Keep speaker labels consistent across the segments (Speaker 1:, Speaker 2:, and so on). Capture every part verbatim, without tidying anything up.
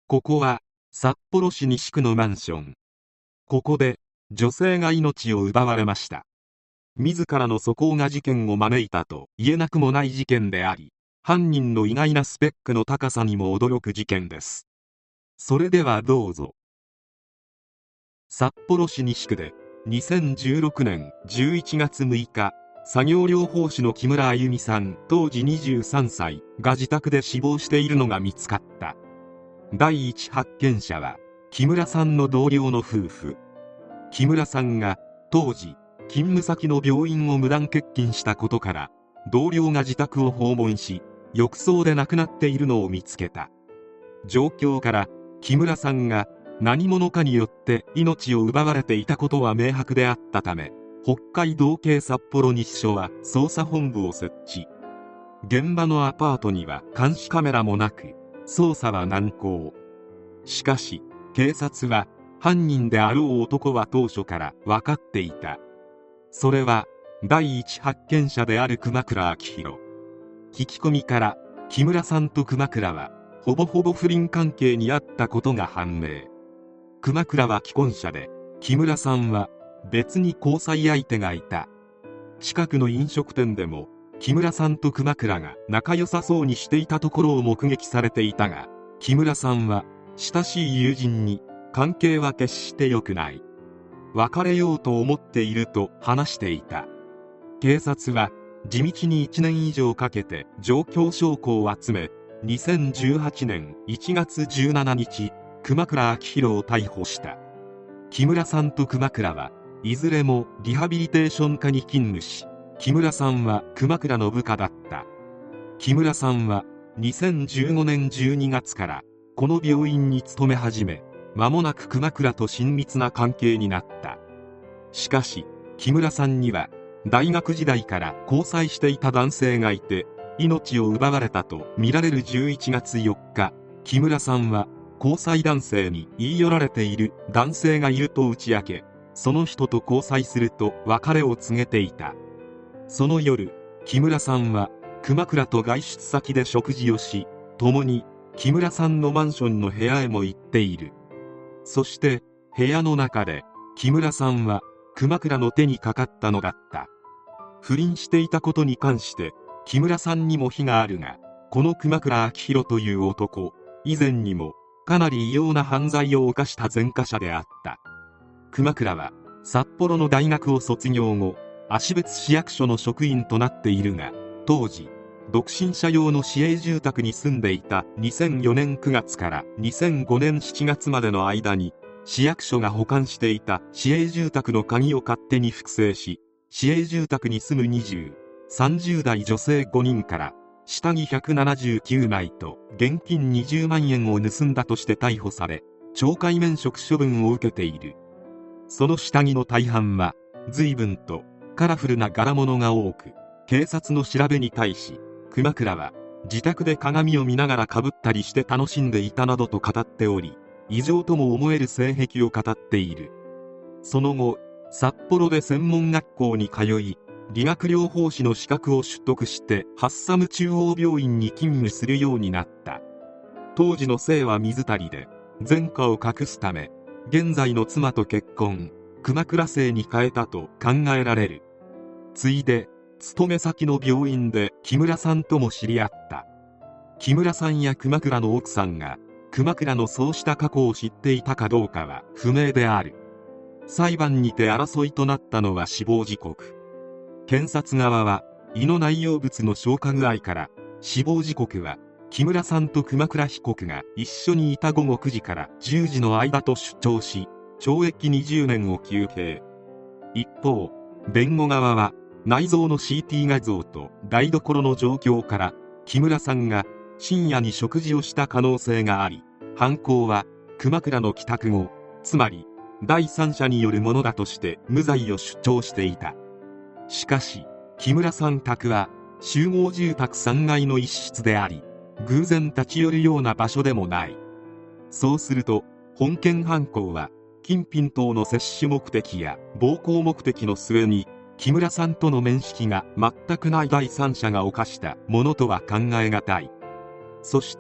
Speaker 1: ここは札幌市西区のマンション。ここで女性が命を奪われました。自らの素行が事件を招いたと言えなくもない事件であり、犯人の意外なスペックの高さにも驚く事件です。それではどうぞ。札幌市西区でにせんじゅうろくねんじゅういちがつむいか、作業療法士の木村あゆみさん当時にじゅうさんさいが自宅で死亡しているのが見つかった。第一発見者は木村さんの同僚の夫婦。木村さんが当時勤務先の病院を無断欠勤したことから同僚が自宅を訪問し、浴槽で亡くなっているのを見つけた。状況から木村さんが何者かによって命を奪われていたことは明白であったため、北海道警札幌西署は捜査本部を設置。現場のアパートには監視カメラもなく捜査は難航。しかし警察は犯人であろう男は当初から分かっていた。それは第一発見者である熊倉明宏。聞き込みから木村さんと熊倉はほぼほぼ不倫関係にあったことが判明。熊倉は既婚者で、木村さんは別に交際相手がいた。近くの飲食店でも木村さんと熊倉が仲良さそうにしていたところを目撃されていたが、木村さんは親しい友人に関係は決して良くない、別れようと思っていると話していた。警察は地道にいちねん以上かけて状況証拠を集め、にせんじゅうはちねんいちがつじゅうしちにち熊倉明宏を逮捕した。木村さんと熊倉はいずれもリハビリテーション課に勤務し、木村さんは熊倉の部下だった。木村さんはにせんじゅうごねんじゅうにがつからこの病院に勤め始め、間もなく熊倉と親密な関係になった。しかし木村さんには大学時代から交際していた男性がいて、命を奪われたとみられるじゅういちがつよっか、木村さんは交際男性に言い寄られている男性がいると打ち明け、その人と交際すると別れを告げていた。その夜、木村さんは熊倉と外出先で食事をし、共に木村さんのマンションの部屋へも行っている。そして部屋の中で木村さんは熊倉の手にかかったのだった。不倫していたことに関して木村さんにも非があるが、この熊倉明宏という男、以前にもかなり異様な犯罪を犯した前科者であった。熊倉は札幌の大学を卒業後、芦別市役所の職員となっているが、当時独身者用の市営住宅に住んでいたにせんよねんくがつからにせんごねんしちがつまでの間に、市役所が保管していた市営住宅の鍵を勝手に複製し、市営住宅に住むにじゅう、さんじゅうだい女性ごにんから下着ひゃくななじゅうきゅうまいと現金にじゅうまんえんを盗んだとして逮捕され、懲戒免職処分を受けている。その下着の大半は随分とカラフルな柄物が多く、警察の調べに対し熊倉は自宅で鏡を見ながらかぶったりして楽しんでいたなどと語っており、異常とも思える性癖を語っている。その後、札幌で専門学校に通い、理学療法士の資格を取得してハッサム中央病院に勤務するようになった。当時の姓は水谷で、前科を隠すため現在の妻と結婚、熊倉姓に変えたと考えられる。ついで勤め先の病院で木村さんとも知り合った。木村さんや熊倉の奥さんが熊倉のそうした過去を知っていたかどうかは不明である。裁判にて争いとなったのは死亡時刻。検察側は胃の内容物の消化具合から死亡時刻は木村さんと熊倉被告が一緒にいたごごくじからじゅうじの間と主張し、懲役にじゅうねんを求刑。一方、弁護側は内臓の シーティー 画像と台所の状況から木村さんが深夜に食事をした可能性があり、犯行は熊倉の帰宅後、つまり第三者によるものだとして無罪を主張していた。しかし木村さん宅は集合住宅さんがいの一室であり、偶然立ち寄るような場所でもない。そうすると本件犯行は金品等の摂取目的や暴行目的の末に木村さんとの面識が全くない第三者が犯したものとは考えがたい。そして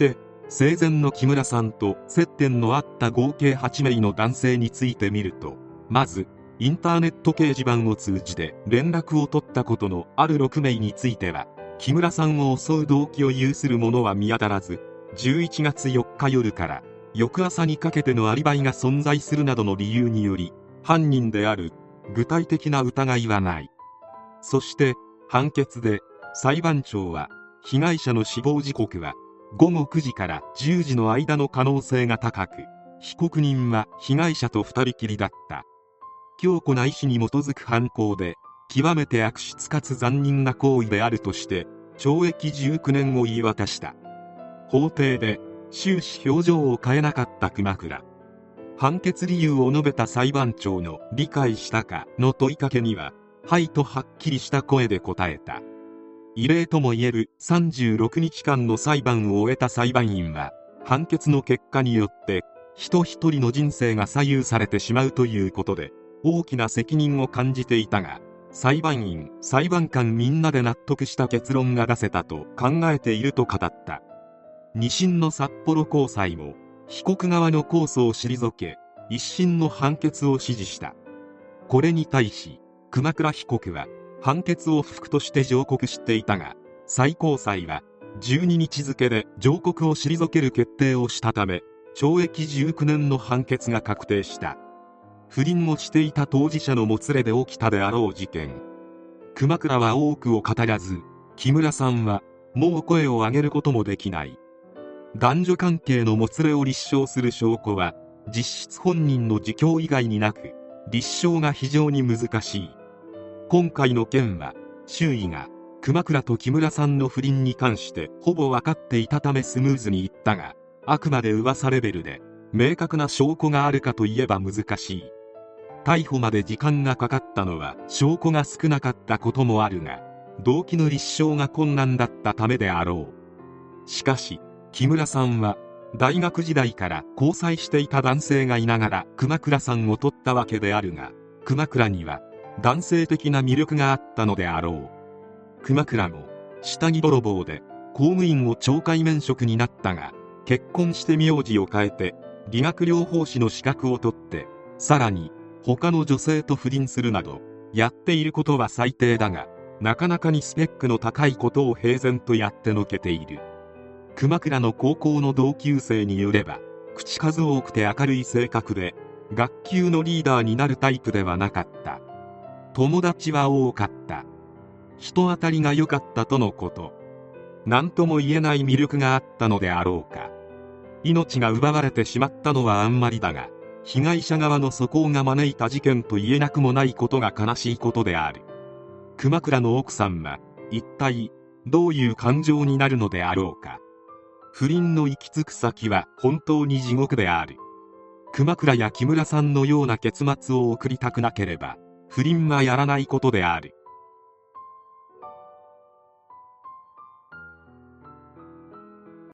Speaker 1: 生前の木村さんと接点のあった合計はちめいの男性について見ると、まずインターネット掲示板を通じて連絡を取ったことのあるろくめいについては、木村さんを襲う動機を有するものは見当たらず、じゅういちがつよっか夜から翌朝にかけてのアリバイが存在するなどの理由により犯人である具体的な疑いはない。そして判決で裁判長は、被害者の死亡時刻はごごくじからじゅうじの間の可能性が高く、被告人は被害者と二人きりだった。強固な意思に基づく犯行で極めて悪質かつ残忍な行為であるとして懲役じゅうきゅうねんを言い渡した。法廷で終始表情を変えなかった熊倉。判決理由を述べた裁判長の理解したかの問いかけには、はいとはっきりした声で答えた。異例ともいえるさんじゅうろくにちかんの裁判を終えた裁判員は、判決の結果によって人一人の人生が左右されてしまうということで大きな責任を感じていたが、裁判員裁判官みんなで納得した結論が出せたと考えていると語った。二審の札幌高裁も被告側の控訴を退け、一審の判決を支持した。これに対し熊倉被告は判決を不服として上告していたが、最高裁はじゅうににち付で上告を退ける決定をしたため、懲役じゅうきゅうねんの判決が確定した。不倫をしていた当事者のもつれで起きたであろう事件。熊倉は多くを語らず、木村さんはもう声を上げることもできない。男女関係のもつれを立証する証拠は実質本人の自供以外になく、立証が非常に難しい。今回の件は周囲が熊倉と木村さんの不倫に関してほぼ分かっていたためスムーズにいったが、あくまで噂レベルで明確な証拠があるかといえば難しい。逮捕まで時間がかかったのは証拠が少なかったこともあるが、動機の立証が困難だったためであろう。しかし木村さんは大学時代から交際していた男性がいながら熊倉さんを取ったわけであるが、熊倉には男性的な魅力があったのであろう。熊倉も下着泥棒で公務員を懲戒免職になったが、結婚して名字を変えて理学療法士の資格を取って、さらに他の女性と不倫するなどやっていることは最低だが、なかなかにスペックの高いことを平然とやってのけている。熊倉の高校の同級生によれば、口数多くて明るい性格で学級のリーダーになるタイプではなかった。友達は多かった。人当たりが良かったとのこと。何とも言えない魅力があったのであろうか。命が奪われてしまったのはあんまりだが、被害者側の素行が招いた事件と言えなくもないことが悲しいことである。熊倉の奥さんは一体どういう感情になるのであろうか。不倫の行き着く先は本当に地獄である。熊倉や木村さんのような結末を送りたくなければ不倫はやらないことである。